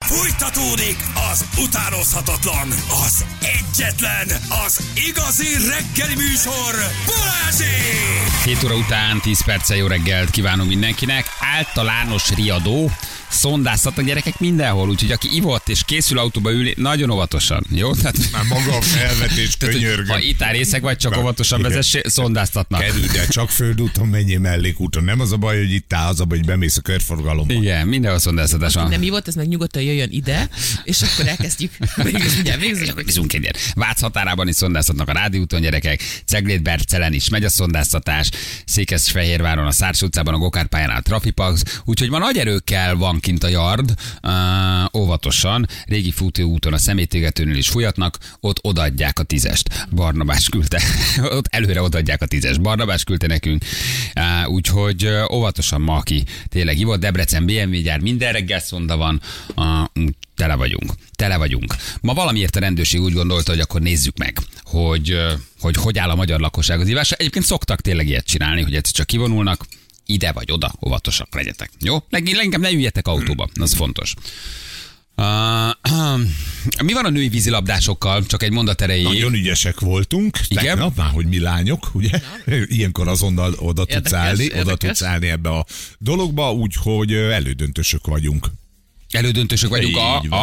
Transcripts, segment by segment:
Fújtatódik az utánozhatatlan, az egyetlen, az igazi reggeli műsor, Balázsék! 7 óra után 10 perccel jó reggelt kívánunk mindenkinek. Általános riadó, szondáztatnak gyerekek mindenhol, úgyhogy aki ivott és készül autóba ülni, nagyon óvatosan, jó? Tehát, már maga a felvetés könyörgöm. Ha ittál részeg vagy, csak óvatosan vezessé, szondáztatnak. Kerülj, de csak földúton menjél mellékúton. Nem az a baj, hogy itt áll, az a baj, hogy bemész a körforgalomba. Igen, mindenhol szondáztatás van. Nem ivott, ez meg nyugodtan jöjjön ide, és akkor elkezdjük. Végzünk egyet. Vác határában is szondáztatnak a Rádiúton gyerekek, Cegléd-Bercelen is megy a szondáztatás, Székesfehérváron, a Szárs utcában, a Gokárpályán a Trafipax, úgyhogy ma nagy erőkkel van kint a yard, óvatosan, régi futóúton a Szemétégetőnél is fújatnak, ott odaadják a 10-est. Barnabás küldte, ott előre odaadják a 10-est. Barnabás küldte nekünk, úgyhogy óvatosan ma, aki tényleg hívott, Debrecen BMW gyár, minden reggel szonda van, tele vagyunk. Ma valamiért a rendőrség úgy gondolta, hogy akkor nézzük meg, hogy áll a magyar lakosság az ívásra. Egyébként szoktak tényleg ilyet csinálni, hogy egyszer csak kivonulnak, ide vagy oda, óvatosak legyetek. Jó? Leginkább ne üljetek autóba, az fontos. Mi van a női vízilabdásokkal? Csak egy mondat erejéig. Nagyon ügyesek voltunk. Tegnap már, hogy mi lányok, ugye? Ilyenkor azonnal oda tudsz állni ebbe a dologba, úgyhogy elődöntősök vagyunk. Elődöntősök vagyunk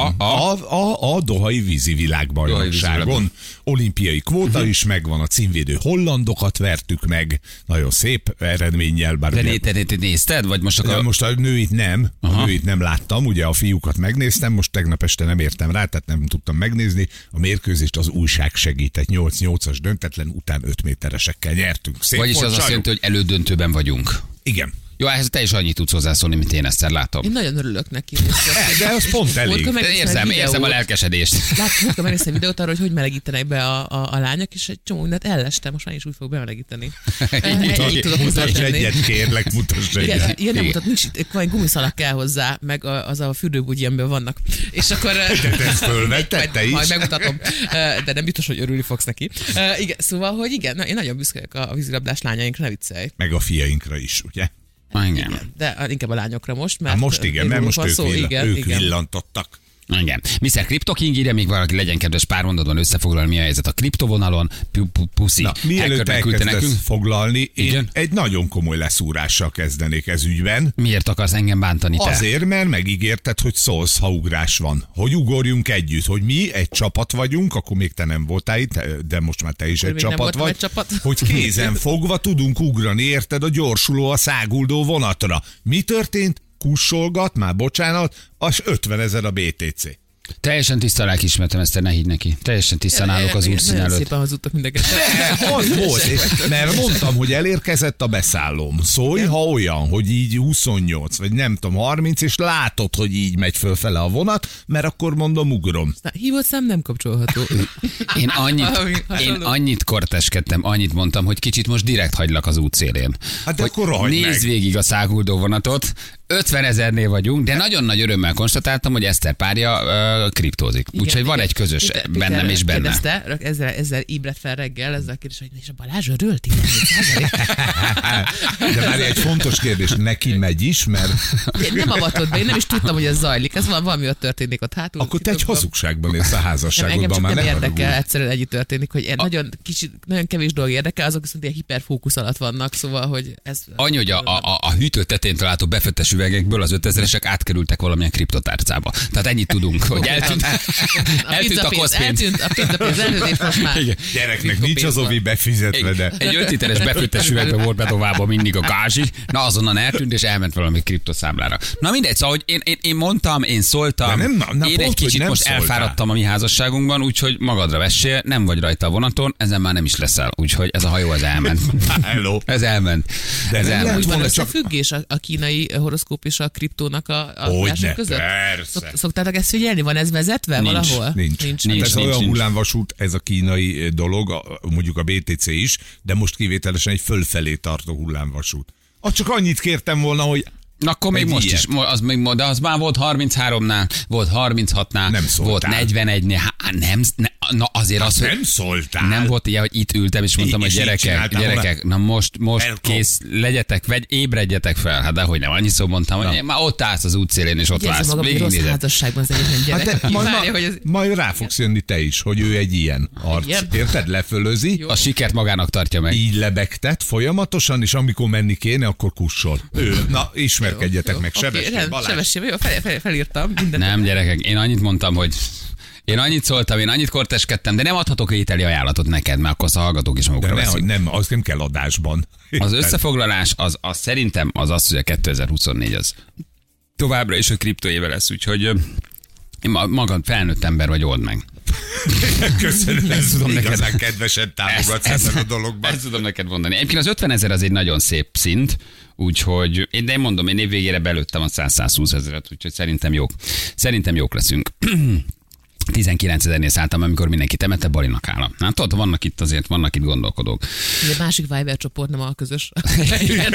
a Dohai vízi világbajnokságon. Olimpiai kvóta is megvan, a címvédő hollandokat vertük meg, nagyon szép eredménnyel. De te nézted? Vagy most a nőit nem, nőit nem láttam, ugye a fiúkat megnéztem, most tegnap este nem értem rá, tehát nem tudtam megnézni. A mérkőzést az újság segített, 8-8-as döntetlen, után 5 méteresekkel nyertünk. Szép. Vagyis az azt jelenti, hogy elődöntőben vagyunk. Igen. Jó, ehhez te is annyit tudsz hozzászólni, mint én ezt látom. Én nagyon örülök neki. De az pont elég. Érzem a lelkesedést. Láttam, megnéztem videót arról, hogy melegítenek be a lányok, és egy csomó mindent ellestem, most már is úgy fog bemelegíteni. Mutasd egyet, kérlek, mutasd egyet. Igen, nem mutat, nincs itt, majd gumiszalak kell hozzá, meg az a fürdőbugyi, amiben vannak. És akkor... Te ezt fölvetted, te is? Majd megmutatom, de nem biztos, hogy örülni fogsz neki. Igen, szóval, hogy igen, én nagyon büszke a vízilabdás lányainkra, ne viccelj. Meg a fiainkra is, ugye? Igen, de inkább a lányokra most, mert... Most igen, mert most ők villantottak. Igen. Mr. Crypto King írja, még valaki legyen kedves pár mondatban összefoglalni, mi a helyzet a kriptovonalon. Puszi. Na, mielőtt elkezdesz foglalni, én egy nagyon komoly leszúrással kezdenék ez ügyben. Miért akarsz engem bántani te? Azért, mert megígérted, hogy szólsz, ha ugrás van. Hogy ugorjunk együtt, hogy mi egy csapat vagyunk, akkor még te nem voltál itt, de most már te is egy csapat vagy. Hogy kézen fogva tudunk ugrani, érted, a gyorsuló, a száguldó vonatra. Mi történt? Kussolgat, már bocsánat, az 50 000 a BTC. Teljesen tiszta lelkiismeretem, ezt ne higgy neki. Teljesen tisztán állok az úrszín előtt. Nagyon szépen hazudtak mindenket. Az volt, mert mondtam, hogy elérkezett a beszállóm. Szólj, ha olyan, hogy így 28, vagy nem tudom, 30, és látod, hogy így megy fölfele a vonat, mert akkor mondom, ugrom. Hívott szám nem kapcsolható. Én annyit korteskedtem, annyit mondtam, hogy kicsit most direkt hagylak az út szélén. Hát akkor nézd végig a száguldó vonatot, 50 000-nél vagyunk, de nagyon nagy örömmel konstatáltam, hogy Eszter párja kriptózik. Úgyhogy van egy közös bennem és benne. Ezzel ébredt fel reggel, ezzel a kérdés, hogy és a Balázs örül 17%. De már egy fontos kérdés, neki megy is, mert... Nem avatott be, én nem is tudtam, hogy ez zajlik. Ez valami ott történik ott hátul. Akkor te egy hazugságban élsz a házasságodban. Nem érdekel, egyszerűen együtt történik, hogy nagyon kevés dolog érdekel, azok viszont ilyen hiperfókusz alatt vannak, szóval, hogy ez... Annyi, hogy a hűtő tetén található befettes üvegekből az 5000-esek átkerültek valamilyen kriptotárcába. Tehát ennyit tudunk, hogy eltűnt a koszpénz. Eltűnt a pénz most már. Gyereknek nincs az ovi befizetve, de... Egy 5 literes befettes üvegbe volt bedobálva mindig a gázsi, na azonnal eltűnt, és elment valami kriptoszámlára. Na mindegy, szóval, hogy én mondtam, én szóltam, én egy kicsit most elfáradtam a mi házasságunkban, úgyhogy magadra vessél, nem vagy rajta a vonaton, ezen már nem is leszel. Úgyhogy ez a hajó, ez elment. Hello. Ez elment. De ez elment. Úgy van összefüggés a kínai horoszkóp és a kriptónak a mások között? Persze. Szoktátok ezt figyelni? Van ez vezetve valahol? Nincs. Ez olyan hullámvasút, ez a kínai dolog, mondjuk a BTC is, de most kivételesen egy fölfelé tartó hullámvasút. Csak annyit kértem volna, hogy Na akkor még most ilyet. Is, de az már volt 33-nál, volt 36-nál, volt 41-nél, Na azért az, hogy nem szóltál. nem volt ilyen, hogy itt ültem, és mondtam, hogy gyerekek, na most kész, ébredjetek fel. Hát dehogy nem, annyi szó mondtam, hogy már ott állsz az útszélén, és ott vársz. Rossz házasságban az egyetlen gyerek. Hát majd rá fogsz jönni te is, hogy ő egy ilyen arc. Érted? Lefölözi. A sikert magának tartja meg. Így lebegtet folyamatosan, és amikor menni kéne, akkor kussol. Na, ismerkedjetek meg, Sebesség Balázs. Sebesség, jó, felírtam mindent. Nem, gyerekek, én annyit mondtam, hogy én annyit szóltam, én annyit korteskedtem, de nem adhatok ételi ajánlatot neked, mert akkor a hallgatók is magukra veszik. Nem, az nem kell adásban. Az összefoglalás, az szerintem az, hogy a 2024 az továbbra is a kriptoéve lesz, úgyhogy magad felnőtt ember vagy, old meg. Köszönöm, ezt tudom igazán kedvesen támogatsz ebben a dologban. Ezt tudom neked mondani. Egyébként az 50 000 az egy nagyon szép szint, úgyhogy én mondom, én évvégére belőttem a 100-120 ezeret, úgyhogy szerintem jók leszünk. 19 000-nél szálltam, amikor mindenki temette, Balinak állam. Hát tudod, vannak itt gondolkodók. A másik Viber csoport nem a közös. Igen,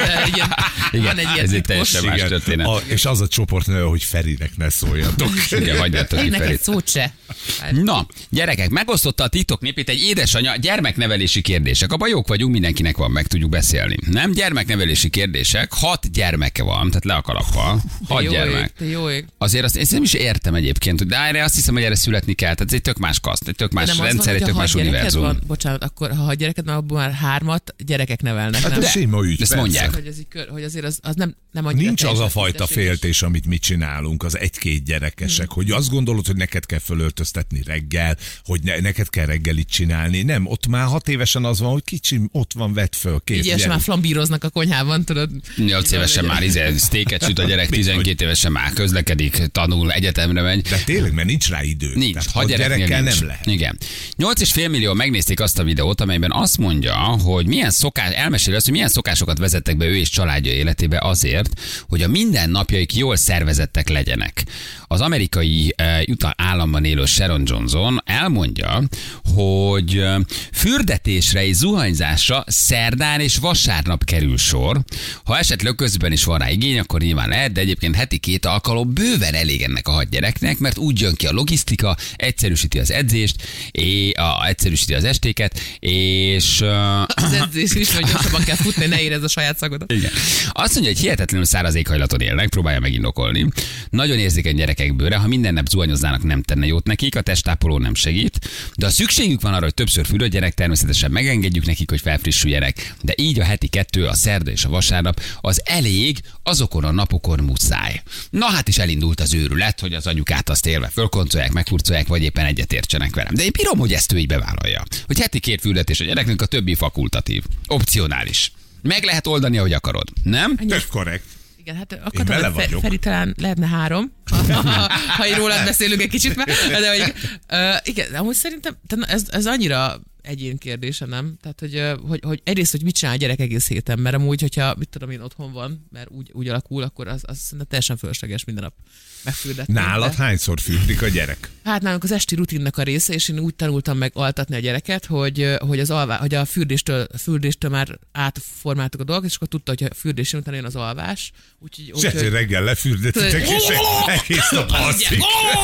ez egy teljesen más történet. És az a csoport nő, hogy Ferinek ne szóljatok. Igen, hagyjátok ki Ferit. Szót se. Na, gyerekek, megosztotta a TikTok népét egy édesanyja gyermeknevelési kérdések. A bajok vagyunk, mindenkinek van, meg tudjuk beszélni. Nem gyermeknevelési kérdések, 6 gyermeke van, tehát le a kalappal. 6 gyermek. Azért azt én nem is értem egyébként, de erre azt hiszem, hogy erre születni kell. Tehát ez egy tök más kaszt, egy tök más rendszer, egy tök más univerzum. Van, bocsánat, akkor ha 6 gyereked van, abból már 3 gyerekek nevelnek. Hát ez sima ügy. Ezt mondják. Hogy azért az nem annyira. Nincs az a fajta féltés, amit mi csinálunk, az 1-2 gyerekesek, hogy azt gondolod, hogy neked kell fölöltöztetni reggel, hogy neked kell reggelit csinálni. Nem, ott már 6 évesen az van, hogy kicsim, ott van, vedd föl, kész. Így már flambíroznak a konyhában, tudod. 8 évesen már sztéket süt a gyerek, 12 évesen már közlekedik, tanul, egyetemre megy. De tényleg, mert nincs rá idő. Nincs. Ha gyerekkel nem lehet. Igen. 8,5 millió megnézték azt a videót, amelyben azt mondja, hogy elmeséli azt, hogy milyen szokásokat vezettek be ő és családja életébe azért, hogy a mindennapjaik jól szervezettek legyenek. Az amerikai Utah államban élő Sharon Johnson elmondja, hogy fürdetésre és zuhanyzásra szerdán és vasárnap kerül sor. Ha esetleg közben is van rá igény, akkor nyilván lehet, de egyébként heti 2 alkalom bőven elég ennek a 6 gyereknek, mert úgy jön ki a logisztika, egyszerűsíti az edzést, egyszerűsíti az estéket, és... Az edzés is, hogy gyorsabban kell futni, ne érezd a saját szagodat. Igen. Azt mondja, hogy hihetetlenül száraz éghajlaton élnek, próbálja megindokolni. Nagyon érzékeny gyerekek bőre, ha minden nap zuhanyoznának, nem tenne jót nekik, a testápoló nem segít, de ha szükségük van arra, hogy többször füröd gyerek, természetesen megengedjük nekik, hogy felfrissüljenek, de így a heti 2, a szerda és a vasárnap az elég, azokon a napokon muszáj. Na hát is elindult az őrület, hogy az anyukát azt élve fölkoncolják, megfurcolják, vagy éppen egyetértsenek velem. De én bírom, hogy ezt ő így bevállalja. Hogy heti 2 fürdetés a gyereknek, a többi fakultatív. Opcionális. Meg lehet oldani, ahogy akarod. Nem? Tök korrekt. Igen, hát akartam, hogy Feri talán lehetne 3, ha így rólad beszélünk egy kicsit már. De hogy, igen, amúgy szerintem ez annyira egyén kérdése, nem? Tehát, hogy egyrészt, hogy mit csinál a gyerek egész héten, mert amúgy, hogyha mit tudom én otthon van, mert úgy alakul, akkor az szerintem teljesen fölösleges minden nap megfürdetni. Nálad hányszor fürdik a gyerek? Hát nálunk az esti rutinnak a része, és én úgy tanultam meg altatni a gyereket, hogy a fürdéstől már átformáltuk a dolgot, és akkor tudta, hogy a fürdés után jön az alvás. Úgyhogy reggel lefürdetitek, és egész nap alszik.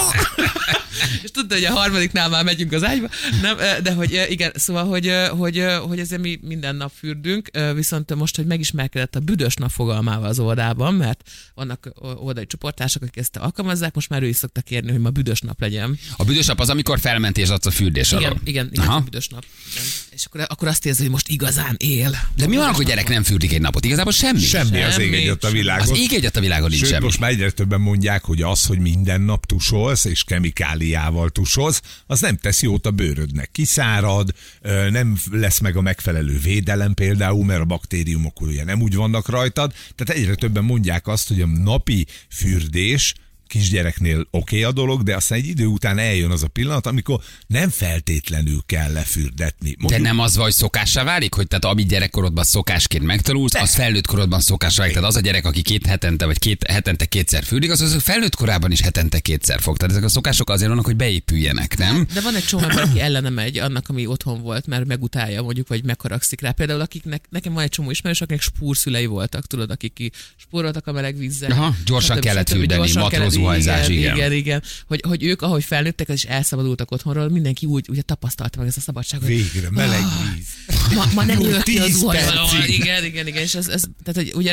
És tudta, hogy a harmadiknál már megyünk az ágyba. Nem, de hogy igen, szóval, hogy ezért mi minden nap fürdünk, viszont most, hogy megismerkedett a büdös nap fogalmával az oldalában, mert vannak oldali csoportársak, akik ezt alkalmazzák, most már ő is szokta kérni, hogy ma büdös nap legyen. A büdös nap az, amikor felment és adsz a fürdés alól. Igen, a büdös nap. Igen. És akkor azt érzi, hogy most igazán él. De mi van, hogy gyerek nem fürdik egy napot? Igazából semmi. Semmi az ég egyet a világon. Az ég egyet a világon nincs semmi. Most már egyre többen mondják, hogy az, hogy minden nap tusolsz és kemikáliával tusolsz, az nem tesz jót a bőrödnek. Kiszárad, nem lesz meg a megfelelő védelem például, mert a baktériumok ugye nem úgy vannak rajtad. Tehát egyre többen mondják azt, hogy a napi fürdés kisgyereknél oké a dolog, de aztán egy idő után eljön az a pillanat, amikor nem feltétlenül kell lefürdetni. De nem az vagy szokássá válik, hogy tehát amit gyerekkorodban szokásként megtanulsz, az felnőtt korodban szokássá válik. Tehát az a gyerek, aki 2 hetente vagy hetente 2-szer fürdik, az felnőtt korában is hetente 2-szer fog. Tehát ezek a szokások azért vannak, hogy beépüljenek, nem? De van egy csomó, aki ellene megy annak, ami otthon volt, mert megutálja mondjuk, vagy megharagszik rá. Például nekem van egy csomó ismerős, akik spúrszülei voltak, tudod, akik spóroltak a meleg vízzel. Aha, gyorsan kellett fürdeni, matróz zuhanyzás, igen. Hogy ők, ahogy felnőttek, és elszabadultak otthonról, mindenki úgy ugye tapasztalta meg ezt a szabadságot. Végre, meleg víz. Ma nem ülök ki a zuhanyzóval. Igen. És ez, tehát, hogy ugye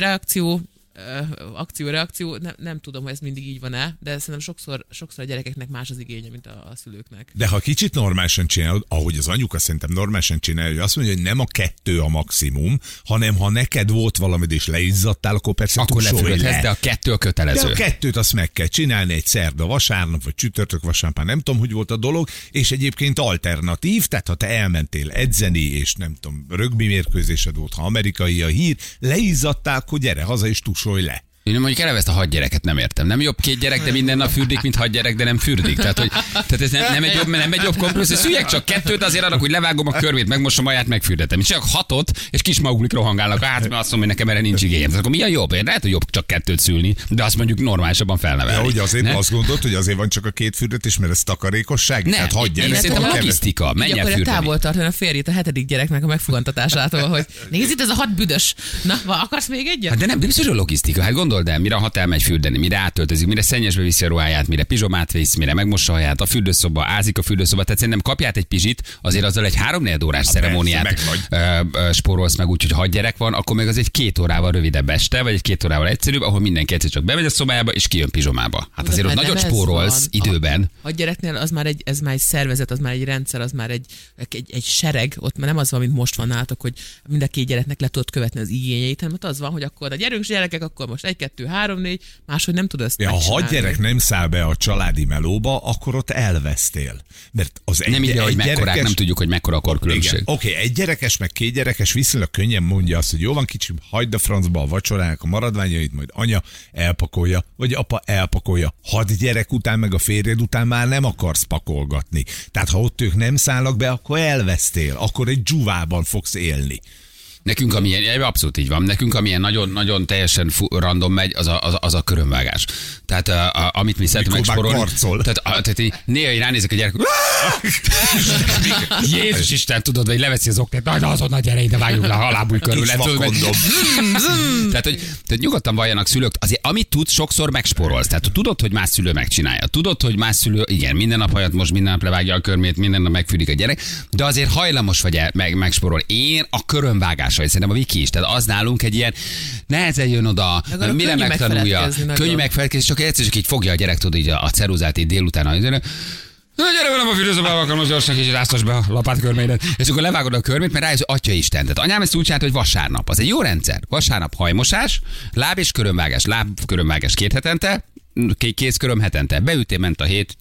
akció-reakció, nem tudom, hogy ez mindig így van-e, de szerintem sokszor a gyerekeknek más az igénye, mint a szülőknek. De ha kicsit normálisan csinálod, ahogy az anyuka szerintem normálisan csinálja, hogy azt mondja, hogy nem a 2 a maximum, hanem ha neked volt valamid és leizzadtál, akkor persze akkor lefügghetsz, de a 2 a kötelező. De a 2-t azt meg kell csinálni egy szerda vasárnap, vagy csütörtök vasárnap, nem tudom, hogy volt a dolog, és egyébként alternatív, tehát ha te elmentél edzeni, és nem tudom, rögbi mérkőzésed volt, ha amerikai a hír, leizzadtál, akkor gyere haza és tusolj le. Én mondjuk eleve ezt a 6 gyereket nem értem. Nem jobb 2 gyerek, de minden nap fürdik, mint 6 gyerek, de nem fürdik. Tehát ez nem egy jobb kompromisszum. Szüljek csak 2, azért annak, hogy levágom a körmét, megmosom aját, megfürdetem. Csak 6 és kis maguklik rohangálnak. Hát mert azt mondom, hogy nekem erre nincs igényem. Tehát akkor mi a jobb? Én lehet, hogy jobb csak 2 szülni, de azt mondjuk normálisabban felnevelni. Ja, hogy azért azt gondolt, hogy azért van csak a 2 fürdetés, mert ez takarékosság? Nem, tehát 6 gyerek. Szerintem a logisztika. Menj el fürdeni. Távol tartani a férjét a 7. gyereknek a megfogantatásától, hogy nézd itt ez a 6 büdös. Na, akarsz még egyet? Hát de nem biztos a logisztika. Hát gondold el, mire a 6 elmegy fürdeni, mire átöltözik, mire szennyesbe viszi a ruháját, mire pizsomát visz, mire megmossa a haját, a fürdőszoba, ázik a fürdőszoba. Tehát szerintem kapját egy pizsit, azért azzal egy 3-4 órás ceremóniát spórolsz meg úgy, hogy 6 gyerek van, akkor meg az egy 2 órával rövidebb este, vagy egy 2 órával egyszerűbb, ahol mindenki egyszer csak bemegy a szobájába és kijön pizsomába. Hát azért ott nagyot spórolsz időben. A gyereknél az már ez már egy szervezet, az már egy rendszer, az már egy sereg, ott már nem az van, mint most van nálatok, hogy mind a 2 gyereknek le tudod követni az igényeit, hanem ott az van, hogy akkor a gyerünk gyerekek, akkor most 1, 2, 3, 4, máshogy nem tudod ezt megcsinálni. Ha 6 gyerek nem száll be a családi melóba, akkor ott elvesztél. Mert az nem ide, hogy mekkorák, nem tudjuk, hogy mekkora a korkülönbség. Oké, 1 gyerekes, meg 2 gyerekes viszonylag könnyen mondja azt, hogy jó van kicsim, hagyd a francba a vacsorának a maradványait, majd anya elpakolja, vagy apa elpakolja. 6 gyerek után, meg a férjed után már nem akarsz pakolgatni. Tehát ha ott ők nem szállnak be, akkor elvesztél, akkor egy dzsuvában fogsz élni. Nekünk, amilyen, abszolút így van, nekünk amilyen nagyon teljesen random megy, az a körömvágás. Tehát amit mi szeretünk megsporolni. Tehát néha így ránézek a gyerek, Jézus Isten, tudod, vagy leveszi az oknát, na azonnal gyere ide, vágjuk le a lábúj körül. Tehát nyugodtan valljanak szülők, azért amit tudsz, sokszor megsporolsz. Tehát tudod, hogy más szülő megcsinálja. Tudod, hogy más szülő, igen, minden nap hajat most, minden nap levágja a körmét, minden nap megfűrik a gyerek, de azért hajlamos vagy megsporolni. Én a körömvágás szerintem a Viki is. Tehát az nálunk egy ilyen nehezen jön oda, mire megtanulja. Könnyű megfelelkezni, csak egyszer csak így fogja a gyerek, tudod, így a ceruzát így délután. Na, gyere velem a fürdőszobába, akkor most gyorsan kicsit áztass be a lapátkörmédet. És akkor levágod a körmét, mert rájössz, hogy Atyaisten. Tehát anyám ezt úgy csinálta, hogy vasárnap. Az egy jó rendszer. Vasárnap hajmosás, láb és körömvágás 2 hetente, kézköröm hetente. Beütél, ment a hét,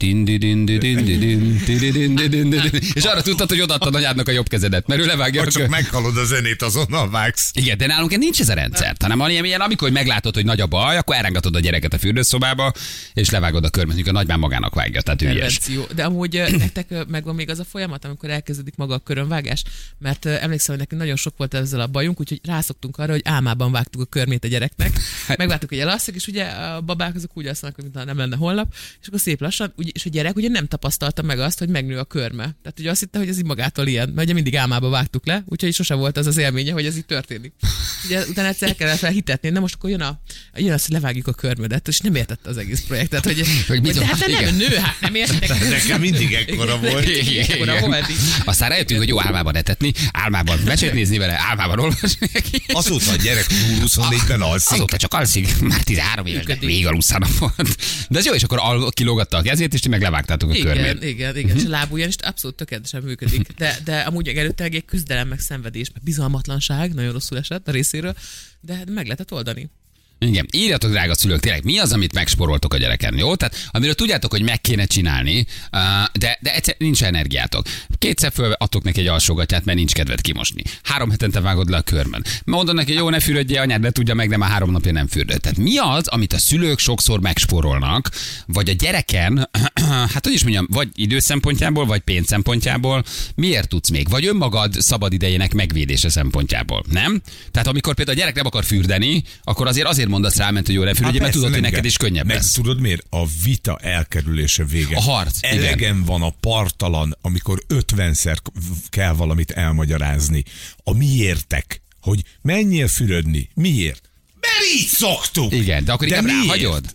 és arra tudtad, hogy odaadtad anyádnak a jobb kezedet, mert ő levágja. Ha csak meghalod a zenét, azonnal vágsz. Igen, de nálunk nincs ez a rendszer, hanem van ilyen, amikor meglátod, hogy nagy a baj, akkor elrángatod a gyereket a fürdőszobába, és levágod a körmet, mikor a nagymám magának vágja, tehát ügyes. De amúgy nektek megvan még az a folyamat, amikor elkezdődik maga a körömvágás, mert emlékszem, hogy nekünk nagyon sok volt ezzel a bajunk, úgyhogy rászoktunk arra, hogy álmában vágtuk a körmét a gyereknek. Megvártuk, hogy elasszik, és ugye a babák azok úgy mintha nem lenne holnap, és akkor szép lassan, és a gyerek ugye nem tapasztalta meg azt, hogy megnő a körme. Tehát ugye azt hitte, hogy ez így magától ilyen, mert ugye mindig álmába vágtuk le, úgyhogy sose volt az élménye, hogy ez így történik. Ugye utána egyszer el kellett felhitetni, de most akkor jön az, hogy levágjuk a körmödet, és nem értette az egész projektet, hogy de hát nem nő, hát nem értek. Nekem mindig ekkora volt. Aztán rájöttünk, hogy jó álmában etetni, álmában mesét nézni vele, álmában olvasni. Azóta a gyerek 24-ben alszik. Azóta csak alszik, már 13 éves, de még alusszanak volt. De ez jó, és akkor kilógatta a kezét, és ti meg levágtátok a körmét. Igen, és a lábujján is abszolút tökéletesen működik. De amúgy előtte egy küzdelem, meg szenvedés, meg bizalmatlanság, nagyon rosszul esett a részéről, de meg lehetett oldani. Igen, írjatok, drága szülők, tényleg mi az, amit megsporoltok a gyereken, jó? Tehát amiről tudjátok, hogy meg kéne csinálni, de egyszer nincs energiátok. 2-szer föladtok neki egy alsógatját, mert nincs kedved kimosni. 3 hetente vágod le a körmön. Mondod neki, jó, ne fürödjél, anyád le tudja meg, de már 3 napja nem fürdött. Tehát mi az, amit a szülők sokszor megsporolnak, vagy a gyereken, hát hogy is mondjam, vagy idő szempontjából, vagy pénz szempontjából, miért tudsz még? Vagy önmagad szabad idejének megvédése szempontjából, nem? Tehát amikor például a gyerek nem akar fürdeni, akkor azért mondasz rá, hogy jó, ne fürdjél, mert tudod, hogy neked is könnyebb lesz. Tudod miért? A vita elkerülése vége. A harc. Elegem van a parttalan, amikor 50-szer kell valamit elmagyarázni. A miértek, hogy menjél fürödni. Miért? Mert így szoktuk. Igen, de akkor inkább ráhagyod.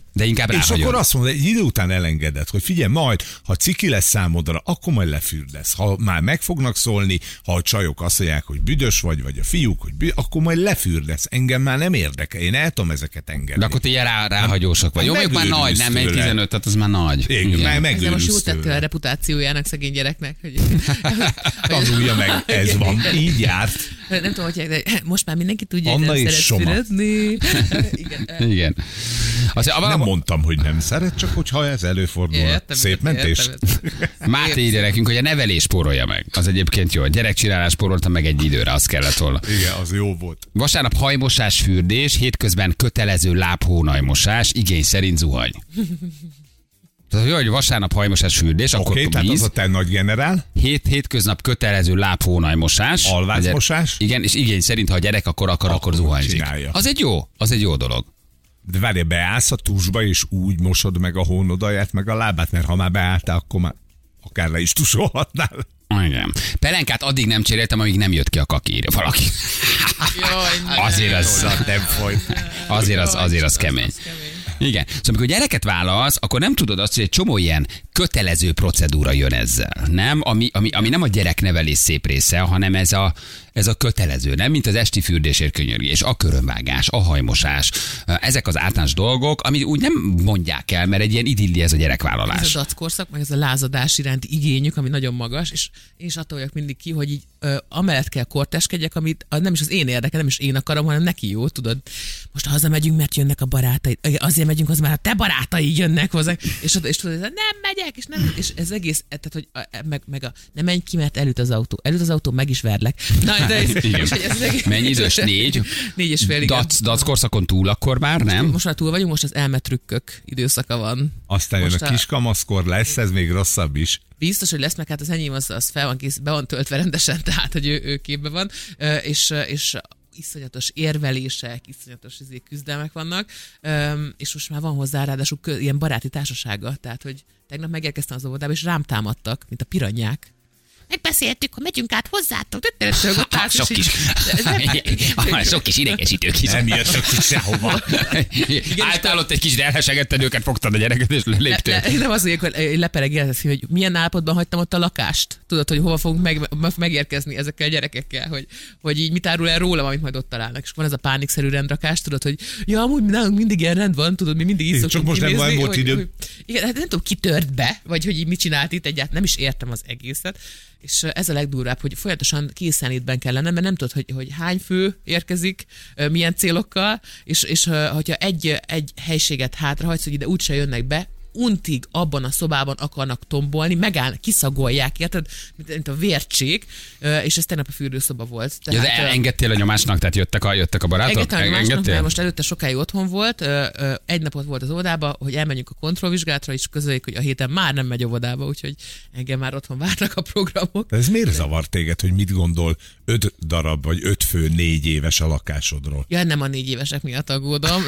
De inkább ráhagyod. És akkor azt mondod, egy idő után elengeded, hogy figyelj, majd, ha ciki lesz számodra, akkor majd lefürdesz. Ha már meg fognak szólni, ha a csajok azt mondják, hogy büdös vagy a fiúk, hogy akkor majd lefürdesz. Engem már nem érdekel, én el tudom ezeket engedni. De akkor ti ilyen ráhagyósak vagy. Jó, még már nagy, nem egy 15, tehát az már nagy. Igen, ezzel most jót tett a reputációjának szegény gyereknek. Hogy... Tanulja meg, ez van, így járt. Nem tudom, hogy de most már mindenki tudja, hogy nem szeret fürödni. Igen. Nem mondtam, hogy nem szeret, csak hogyha ez előfordul. Szép mentés. Máté írja nekünk, hogy a nevelés spórolja meg. Az egyébként jó. A gyerekcsinálás spórolta meg egy időre, az kellett volna. Igen, az jó volt. Vasárnap hajmosás, fürdés, hétközben kötelező lábhónajmosás, igény szerint zuhany. Tehát, hogy vasárnap hajmosás, fürdés, akkor víz. Tehát az a te nagy generál. Hétköznap kötelező lábhónajmosás. Alvázmosás. Igen, és igény szerint, ha a gyerek akkor zuhanyzik. Az egy jó dolog. De várj, beállsz a tusba, és úgy mosod meg a hónodaját, meg a lábát, mert ha már beálltál, akkor már akár le is tusolhatnál. Igen. Pelenkát addig nem cseréltem, amíg nem jött ki a kaki, írja valaki. Azért az kemény. Igen. Szóval amikor gyereket válasz, akkor nem tudod azt, hogy egy csomó ilyen kötelező procedúra jön ezzel. Nem? Ami nem a gyereknevelés szép része, hanem ez a kötelező, nem? Mint az esti fürdésért könyörgés, a körömvágás, a hajmosás. Ezek az általános dolgok, amit úgy nem mondják el, mert egy ilyen idilli ez a gyerekvállalás. Ez a dackorszak, meg ez a lázadás iránti igényük, ami nagyon magas, és én is attól vagyok mindig ki, hogy így amellett kell korteskedjek, amit nem is az én érdeke, nem is én akarom, hanem neki jó, tudod. Most hazamegyünk, mert jönnek a barátaid. Azért megyünk hozzá, mert a te barátaid jönnek hozzá. És tudod, nem megyek, és ez egész, tehát, hogy nem menj ki, mert előtt az autó, meg is verlek. Na, de mennyi idős? 4? 4,5. Dac korszakon túl akkor már, nem? Most már túl vagyunk, most az elmetrükkök időszaka van. Aztán jön a kiskamaszkor, lesz ez még rosszabb is. Biztos, hogy lesz, meg hát az enyém az fel van kész, be van töltve rendesen, tehát, hogy ő képben van, és iszonyatos érvelések, iszonyatos küzdelmek vannak, és most már van hozzá ráadásul ilyen baráti társasága, tehát, hogy tegnap megérkeztem az óvodába, és rám támadtak, mint a piranyák. Megbeszéltük, hogy megyünk át hozzátok. Sok kis idegesítő kis. Nem jöttök ki sehova. Álltál ott egy kis, de elhesegetted őket, fogtad a gyereket, és léptél. Nem az, hogy leperegél, hogy milyen állapotban hagytam ott a lakást. Tudod, hogy hova fogunk megérkezni ezekkel a gyerekekkel, hogy így mit árul el rólam, amit majd ott találnak. És van ez a pánikszerű rendrakás, tudod, hogy ja, amúgy nálunk mindig ilyen rend van, tudod, mi mindig így szoktunk kinézni. Csak most nem volt idő. Igen, hát nem tudom, ki tört be, vagy hogy így mit csinált itt egyáltalán, nem is értem az egészet. És ez a legdurvább, hogy folyamatosan készenlétben kell lennem, mert nem tudod, hogy hány fő érkezik, milyen célokkal, és hogyha egy helységet hátrahagysz, hogy ide úgyse jönnek be, untig abban a szobában akarnak tombolni, megállnak, kiszagolják, érted? Mint a vércsék, és ez tegnap a fürdőszoba volt. Tehát, ja, de engedtél a nyomásnak, tehát jöttek a barátok? Engedtem a nyomásnak, mert most előtte sokáig otthon volt, egy napot volt az óvodába, hogy elmenjünk a kontrollvizsgálatra, és közöljük, hogy a héten már nem megy óvodába, úgyhogy engem már otthon várnak a programok. De ez miért zavar téged, hogy mit gondol 5 darab, vagy 5 fő 4 éves a lakásodról? Ja, nem a 4 évesek miatt aggódom.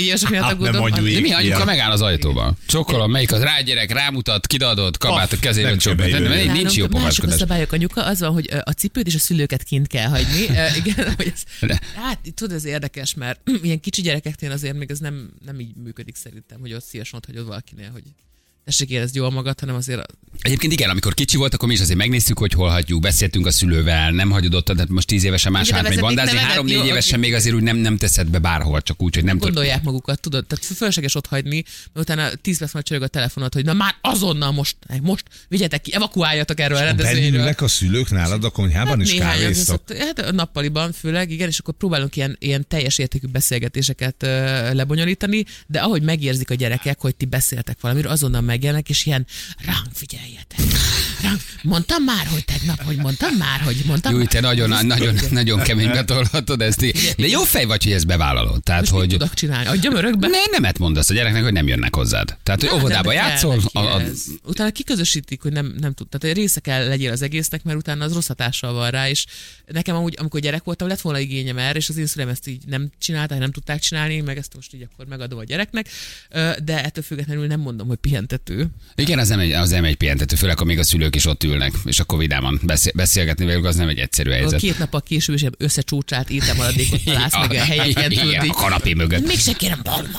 De mi anyuka megáll az ajtóban? Melyik az rágyerek, rámutat, kidadod, kabát a kezében csopban. Nincs jó pogaskodás. Mások a szabályok, anyuka, az van, hogy a cipőt és a szülőket kint kell hagyni. Igen, hogy hát tudod, ez érdekes, mert ilyen kicsi gyerekeknél azért még ez nem így működik szerintem, hogy ott szívesen ott hagyod valakinél, hogy tessék érezd jól magad, hanem azért... Egyébként igen, amikor kicsi volt, akkor mi is azért megnéztük, hogy hol hagyjuk, beszéltünk a szülővel, nem hagyod ott, tehát most 10 évesen más hát megy bandázni, 3-4 évesen még azért úgy nem teszed be bárhol, csak úgy, hogy nem gondolják magukat, tudod, tehát fölösleges ott hagyni, mert utána 10 perc majd csörög a telefonot, hogy na már azonnal most vigyetek ki, evakuáljatok erről a rendezvényről. Belülnek a szülők nálad a konyhában is kávéztak? Hát a nappaliban főleg, igen, és akkor próbálunk ilyen teljes értékű beszélgetéseket lebonyolítani, de ahogy megérzik a gyerekek, hogy ti beszéltek valamiről, azonnal megjelennek, és ilyen ránk figyeljetek. Mondtam már, hogy tegnap, hogy mondtam már, hogy mondtam. Jó, te nagyon keménybe tolhatod ezt. De jó fej vagy, hogy ezt bevállalod. Tehát, most hogy... mit tudok csinálni? Adjam örökbe? Nemet mondasz a gyereknek, hogy nem jönnek hozzád. Tehát, hogy óvodába játszol. Utána kiközösítik, hogy nem tud. Tehát része kell legyél az egésznek, mert utána az rossz hatással van rá, és nekem amúgy, amikor gyerek voltam, lett volna igényem erre, és az én szüleim ezt így nem csinálták, nem tudták csinálni, meg ezt most így akkor megadom a gyereknek, de ettől függetlenül nem mondom, hogy pihentető. Igen, az nem egy pihentető, főleg, ha még a szülők is ott ülnek, és akkor vidáman beszélgetni velük, az nem egy egyszerű helyzet. 2 nappal később is összecsúcsált ételmaradékot találsz meg a helyeken. Igen, a kanapé mögött. Mégse kérem.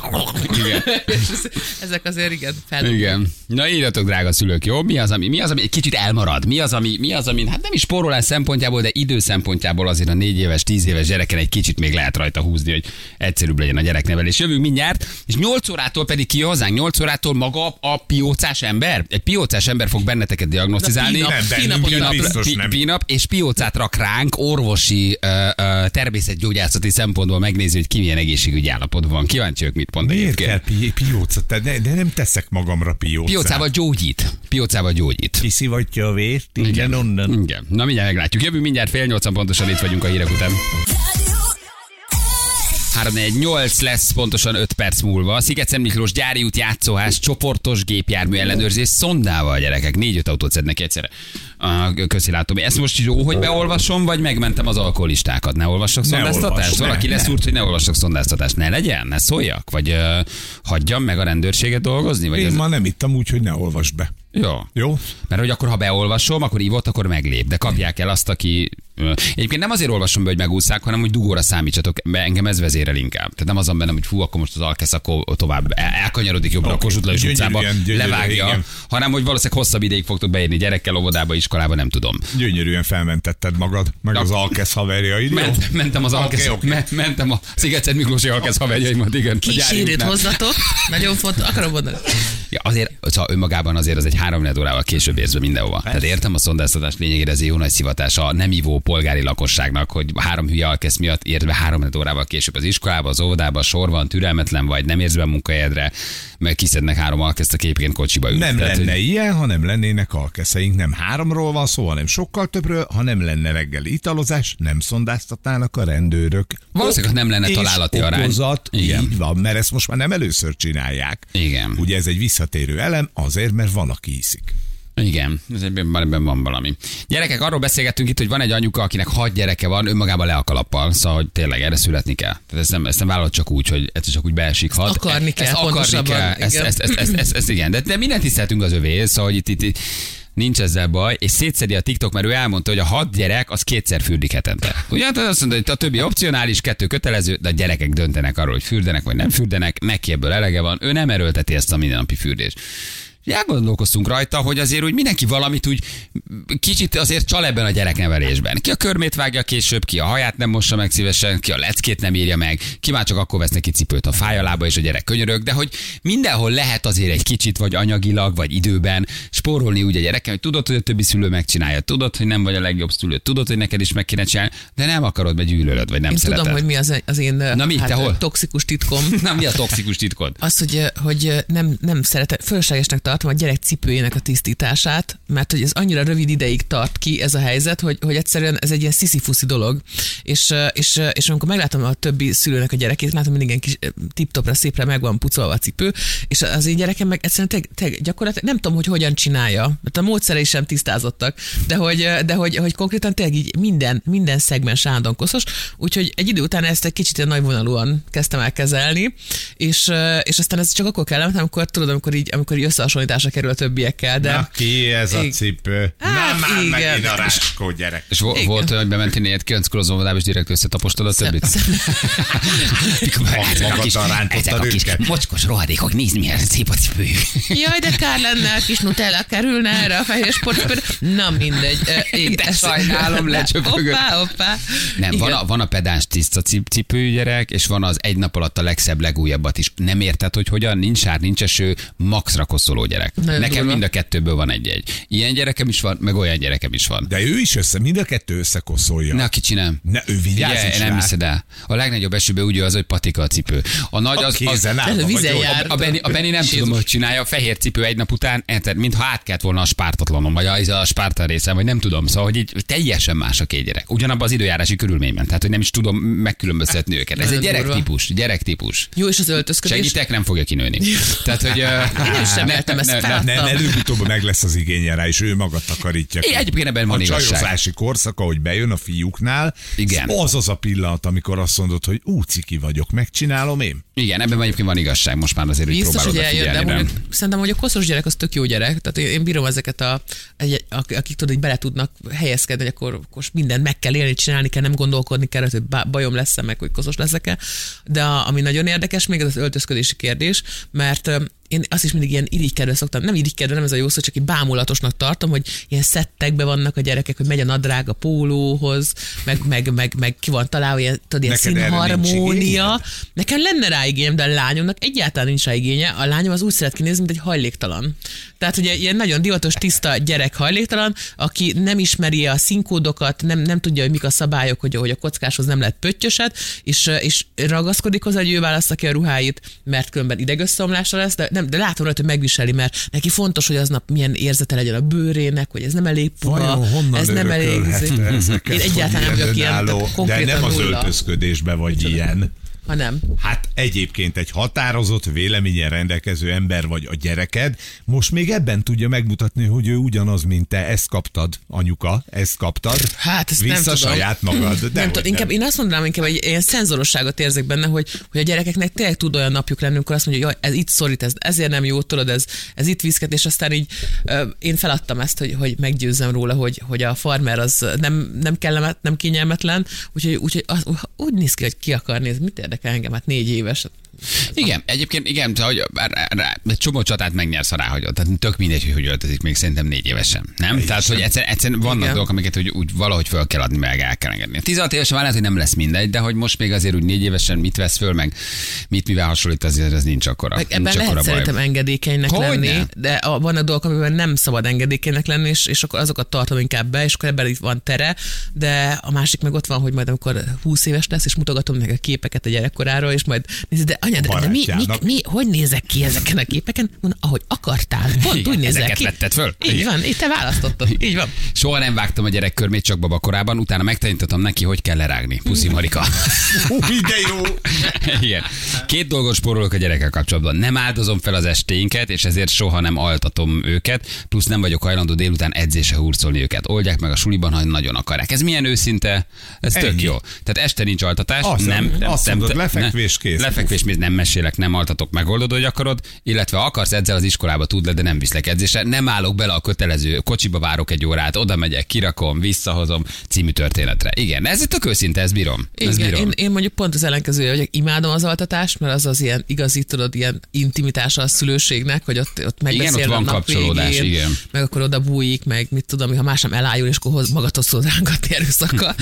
Ezek azért igen feldobják. Igen. Na írjatok, drága szülők, jó? Mi az, ami egy kicsit elmarad? Mi az, ami hát nem is spórolás szempontjából, de idő szempontjából azért a 4 éves, 10 éves gyereken egy kicsit még lehet rajta húzni, hogy egyszerűbb legyen a gyereknevelés. Jövünk mindjárt, és 8 órától pedig ki hozzánk, 8 órától maga a piócás ember. Egy piócás ember fog benneteket diagnosztizálni. Pinap, és piócát rak ránk orvosi, természetgyógyászati szempontból megnézi, hogy ki milyen egészségügyi állapotban van. Kíváncsiak, mit pont miért kell piócát? De nem teszek magamra piócát. Piócával gyógyít. Kiszivatja a vért, igen, onnan. Igen. Na mindjárt meglátjuk. Jövünk mindjárt 7:30 pontosan, itt vagyunk a hírek után. 3-4-8 lesz pontosan 5 perc múlva. Sziget-Szent Miklós gyári út, játszóház, csoportos gépjármű ellenőrzés szondával, gyerekek. 4-5 autót szednek egyszerre. Köszi, látom. Ezt most jó, hogy beolvasom, vagy megmentem az alkoholistákat? Ne olvassak szondáztatást? Valaki leszúrt, hogy ne olvassak szondáztatást. Ne legyen? Ne szóljak? Vagy hagyjam meg a rendőrséget dolgozni? Vagy én ma nem ittam úgy, hogy ne olvasd be. Jó. Mert hogy akkor, ha beolvasom, akkor ívott, akkor meglép. De kapják el azt, aki... Egyébként nem azért olvasom be, hogy megúszszák, hanem hogy dugóra számítsatok. Engem ez vezérel inkább. Tehát nem azon bennem, hogy fú, akkor most az alkesz, akkor tovább elkanyarodik jobbra a Kossuth Lajos utcába, levágja, igen. Hanem hogy valószínűleg hosszabb ideig fogtok beérni gyerekkel óvodába, iskolába, nem tudom. Gyönyörűen felmentetted magad, meg az alkesz haverjaid. Mentem az alkesz, mentem a Sziget-Szent Miklósi alkesz haverjaimat, igen. Kísérőt hozzatok. Nagyon fontos, akarom mondani. Ja, azért, szóval önmagában azért az egy 3-4 órával később érsz be mindenhova. Tehát értem a szondáztatás lényegére, ez jó nagy szivatás a nem ivó polgári lakosságnak, hogy 3 hülye alkesz miatt érsz be 3-4 órával később az iskolába, az óvodába, sor van, türelmetlen vagy, nem érsz be a munkahelyedre, meg kiszednek 3 alkeszt, aki egyébként kocsiba ül. Nem lenne hogy... ilyen, ha nem lennének alkeszeink. Nem 3-ról van szó, hanem sokkal többről, ha nem lenne reggeli italozás, nem szondáztatnának a rendőrök. Valószínűleg nem lenne találati arány. Igen. Így van, mert ezt most már nem először csinálják. Igen. Ugye ez egy visszatérő elem, azért, mert van, aki hiszik. Igen, ebben van valami. Gyerekek, arról beszélgettünk itt, hogy van egy anyuka, akinek 6 gyereke van, önmagában le a kalappal, szóval hogy tényleg erre születni kell. Tehát ezt nem vállalod csak úgy, hogy ez csak úgy beesik 6. Akarni kell, pontosabban. Ezt igen, de mindent tiszteltünk az övé, szóval hogy itt nincs ezzel baj, és szétszedi a TikTok, mert ő elmondta, hogy a 6 gyerek az 2-szer fürdik hetente. Ugye azt mondta, hogy a többi opcionális, 2 kötelező, de a gyerekek döntenek arról, hogy fürdenek vagy nem fürdenek, neki ebből elege van, ő nem erőlteti ezt a mindennapi fürdést. Elgondolkoztunk rajta, hogy azért úgy mindenki valamit úgy kicsit azért csal ebben a gyereknevelésben. Ki a körmét vágja később, ki a haját nem mossa meg szívesen, ki a leckét nem írja meg, ki már csak akkor vesz neki cipőt a fáj a lába és a gyerek könyörög, de hogy mindenhol lehet azért egy kicsit, vagy anyagilag, vagy időben spórolni úgy a gyereken, hogy tudod, hogy a többi szülő megcsinálja, tudod, hogy nem vagy a legjobb szülő, tudod, hogy neked is meg kéne csinálni, de nem akarod, vagy gyűlölöd, vagy nem én szereted. Tudom, hogy mi az én toxikus titkom. Na, mi a toxikus titkod? Az, hogy nem szeretem, fölöslegesnek tartom a gyerek cipőjének a tisztítását, mert hogy ez annyira rövid ideig tart ki ez a helyzet, hogy egyszerűen ez egy ilyen sziszi-fuszi dolog, és amikor meglátom a többi szülőnek a gyerekét, látom, hogy igen kis tip-topra, szépre meg van pucolva a cipő, és az én gyerekem meg egyszerűen gyakorlatilag nem tudom, hogy hogyan csinálja, mert a módszerei sem tisztázottak, de hogy konkrétan tényleg így minden szegmens állandóan koszos, úgyhogy egy idő után ezt egy kicsit ilyen nagyvonalúan kezdtem el kezelni, és aztán ez csak akkor kellemetlen, amikor így összehasonlításra kerül a többiekkel. De... Na ki ez a cipő? Na már megint a ráskó gyerek. És volt olyan, hogy bementél 4-9-kor az óvodába, és direkt összetapostad a többit? Ezek a kis mocskos rohadékok, nézd milyen szép a cipőjük. Jaj, de kár lenne, a kis Nutella kerülne erre a fehér sportcipőre. Na mindegy. De sajnálom, lecsöpögök. Hoppá. Nem, van a pedáns tiszta cipőjű gyerek, és van az egy nap alatt a legszebb, legújabbat is. Nem érted, hogy hogyan? Nincs sár, nincs eső, maxra koszoló gyerek. Nagyon nekem durva. Mind a kettőből van egy-egy. Ilyen gyerekem is van, meg olyan gyerekem is van. De ő is mind a kettő összekoszolja. Ne, kicsi nem. Ne, ő vigyázzis rá. Nem hiszed el. A legnagyobb esőben úgy az, hogy patika a cipő. A nagy az... A Benni nem tudom, hogy csinálja. A fehér cipő egy nap után, mintha átkelt volna a spártatlanon, vagy a spárta részen, vagy nem tudom. Szóval, hogy így teljesen más a 2 gyerek. Ugyanabban az időjárási körülményben. Tehát, hogy nem is tudom megkülönböztetni őket. Ez egy gyerektípus. Jó, és az öltözködés. Segítek, nem fogja kinőni. Tehát, hogy én sem mertem Nem, előbb-utóbb meg lesz az igénye rá, és ő maga takarítja ki. Egyébként ebben van igazság. A csajozási korszak, ahogy bejön a fiúknál, igen. Az a pillanat, amikor azt mondod, hogy ciki vagyok, megcsinálom én. Igen, ebben egyébként van igazság, most már azért úgy próbálod figyelni. De szerintem, hogy a koszos gyerek az tök jó gyerek, tehát én bírom ezeket, akik tudod, hogy bele tudnak helyezkedni, hogy akkor mindent meg kell élni, csinálni kell, nem gondolkodni kell, hogy bajom lesz-e, meg hogy koszos leszek-e. De ami nagyon érdekes, még az öltözködési kérdés, mert én azt is mindig ilyen irigykedve szoktam, nem irigykedve, nem ez a jó szó, csak így bámulatosnak tartom, hogy ilyen szettekben vannak a gyerekek, hogy megy a nadrág a pólóhoz, meg ki van találva, ilyen színharmónia. Nekem lenne rá igényem, de a lányomnak egyáltalán nincs rá igénye. A lányom az úgy szeret kinézni, mint egy hajléktalan. Tehát ugye ilyen nagyon divatos, tiszta gyerek hajléktalan, aki nem ismeri a színkódokat, nem tudja, hogy mik a szabályok, hogy a kockáshoz nem lehet pöttyöset, és ragaszkodik hozzá, hogy ő választa ki a ruháit, mert különben idegösszeomlása lesz, de látom rajta, hogy megviseli, mert neki fontos, hogy aznap milyen érzete legyen a bőrének, hogy ez nem elég puha, ez nem elég. Én egyáltalán nem vagyok ilyen, de nem az öltözködésbe vagy ilyen. Ha nem. Hát egyébként egy határozott véleményen rendelkező ember vagy a gyereked, most még ebben tudja megmutatni, hogy ő ugyanaz, mint te. Ezt kaptad, anyuka, ezt kaptad. Hát ezt vissza nem tudom. Saját magad. De nem tudom, inkább én azt mondanám, hogy ilyen szenzorosságot érzek benne, hogy a gyerekeknek tényleg tud olyan napjuk lenni, amikor azt mondja, hogy ez itt szorít, ezért nem jó, tudod, ez itt viszket, és aztán így én feladtam ezt, hogy meggyőzzem róla, hogy a farmer az nem kellemet, nem kényelmetlen, úgyhogy úgy néz ki, hogy ki akar nézni. Mit érdekel engem, hát 4 éves. Igen, egyébként igen, hogy egy csomó csatát megnyersz, ha ráhagyod. Tehát tök mindegy, hogy öltözik, még szerintem 4 évesen. Nem? Tehát, hogy egyszerűen vannak dolgok, amiket úgy valahogy föl kell adni, meg el kell engedni. 16 évesen már lehet, hogy nem lesz mindegy, de hogy most még azért úgy 4 évesen mit vesz föl, meg mivel hasonlít, azért ez nincs akkora. Meg ebben lehet szerintem engedékenynek lenni, de vannak dolgok, amiben nem szabad engedékenynek lenni, és akkor azokat tartom inkább be, és akkor ebben itt van tere, de a másik meg ott van, hogy majd amikor 20 éves lesz, és mutogatom neki a képeket a gyerekkoráról, és majd nézd, de anya, de mi, hogy nézek ki ezeken a képeken? Mondom, ahogy akartál, pont úgy nézek ki. Vetted föl? Így van, így te választottad. Így van. Soha nem vágtam a gyerek körmét, csak babakorában, utána megtanítottam neki, hogy kell lerágni. Puszi Marika. De jó! Igen. 2 dolgot spórolok a gyerekkel kapcsolatban. Nem áldozom fel az estéinket, és ezért soha nem altatom őket, plusz nem vagyok hajlandó délután edzésre hurcolni őket. Oldják meg a suliban, ha nagyon akarják. Ez milyen őszinte? Ez tök jó. Tehát este nincs altatás. Azt mondod, lefekvés kész. Lefekvés, nem mesélek, nem altatok, megoldod, hogy akarod, illetve akarsz edzel az iskolába, tud le, de nem viszlek edzésre. Nem állok bele a kötelező, kocsiba várok egy órát, oda megyek, kirakom, visszahozom című történetre. Igen, ez tök őszinte, ezt bírom. Igen, én mondjuk pont az ellenkezője, hogy imádom az altatást, mert az ilyen igazi, tudod, ilyen intimitása a szülőségnek, hogy ott megbeszél igen, ott van a kapcsolódás, végén, igen. Meg akkor oda bújik, meg mit tudom, ha más nem elájul, és akkor magadhoz szól rángatni erőszakkal.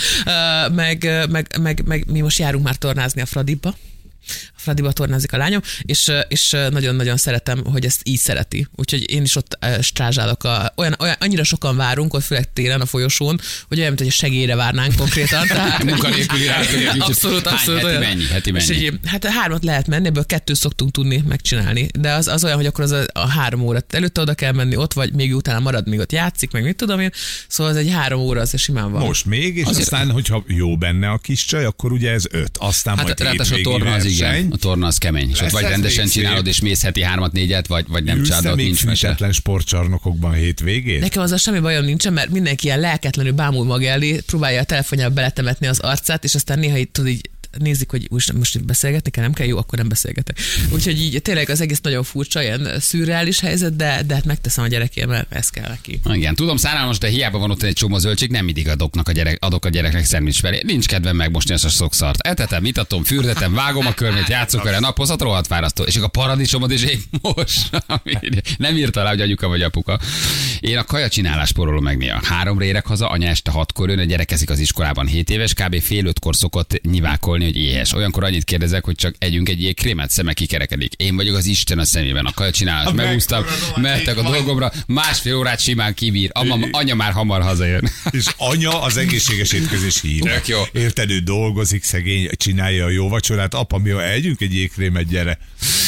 meg mi most járunk már tornázni a Fradiba. A Fradiba tornázik a lányom, és nagyon-nagyon szeretem, hogy ezt így szereti. Úgyhogy én is ott strázsálok. Annyira sokan várunk, ott főleg télen a folyosón, hogy olyan, mint hogy a segélyre várnánk konkrétan. Munkanélküli abszolút. Heti mennyi. És így, hát 3 lehet menni, ebből 2 szoktunk tudni megcsinálni. De az olyan, hogy akkor az a 3 óra előtte oda kell menni, ott vagy, még utána marad, még ott játszik, meg mit tudom én. Szóval ez egy 3 óra, az simán van. Most még, és aztán, hogyha jó benne a kis csaj, akkor ugye ez 5. Aztán hát majd igen, a torna az kemény. És ott vagy rendesen csinálod, és mész heti 3-4-et, vagy nem csinálod, nincs mese. Fűtetlen sportcsarnokokban hétvégén? Nekem azzal semmi bajom nincsen, mert mindenki ilyen lelketlenül bámul maga elé, próbálja a telefonjába beletemetni az arcát, és aztán néha így nézik, hogy most itt beszélgetni kell, nem kell, jó, akkor nem beszélgetek. Úgyhogy így tényleg az egész nagyon furcsa, ilyen szürreális helyzet, de hát megteszem a gyerekért, mert ez kell neki. Igen, tudom, szánalmas, de hiába van ott egy csomó zöldség, nem mindig adok a gyereknek szendvics felé. Nincs kedvem megmosni ezt a sok szart. Etetem, itatom, fürdetem, vágom a körmét, játszok vele, napozhat rohadt fárasztó. És akkor a paradicsomot is én most. Nem írta rá, hogy anyuka vagy apuka. Én a kajacsinálás porolom meg néha. 3-ra érek haza, anya este 6-kor jön, a gyerek eszik az iskolában 7 éves, kb. Fél 5-kor szokott nyivákolni, hogy éhes. Olyankor annyit kérdezek, hogy csak együnk egy jégkrémet, szeme kikerekedik. Én vagyok az Isten a szemében. A kajacsinálás megúsztam, mehettek a dolgomra, 1,5 órát simán kibír. Anya már hamar hazajön. És anya az egészséges étkezés híve. Jó. Érted, ő dolgozik, szegény, csinálja a jó vacsorát. Apa, mi együnk egy jégkrémet, gyere.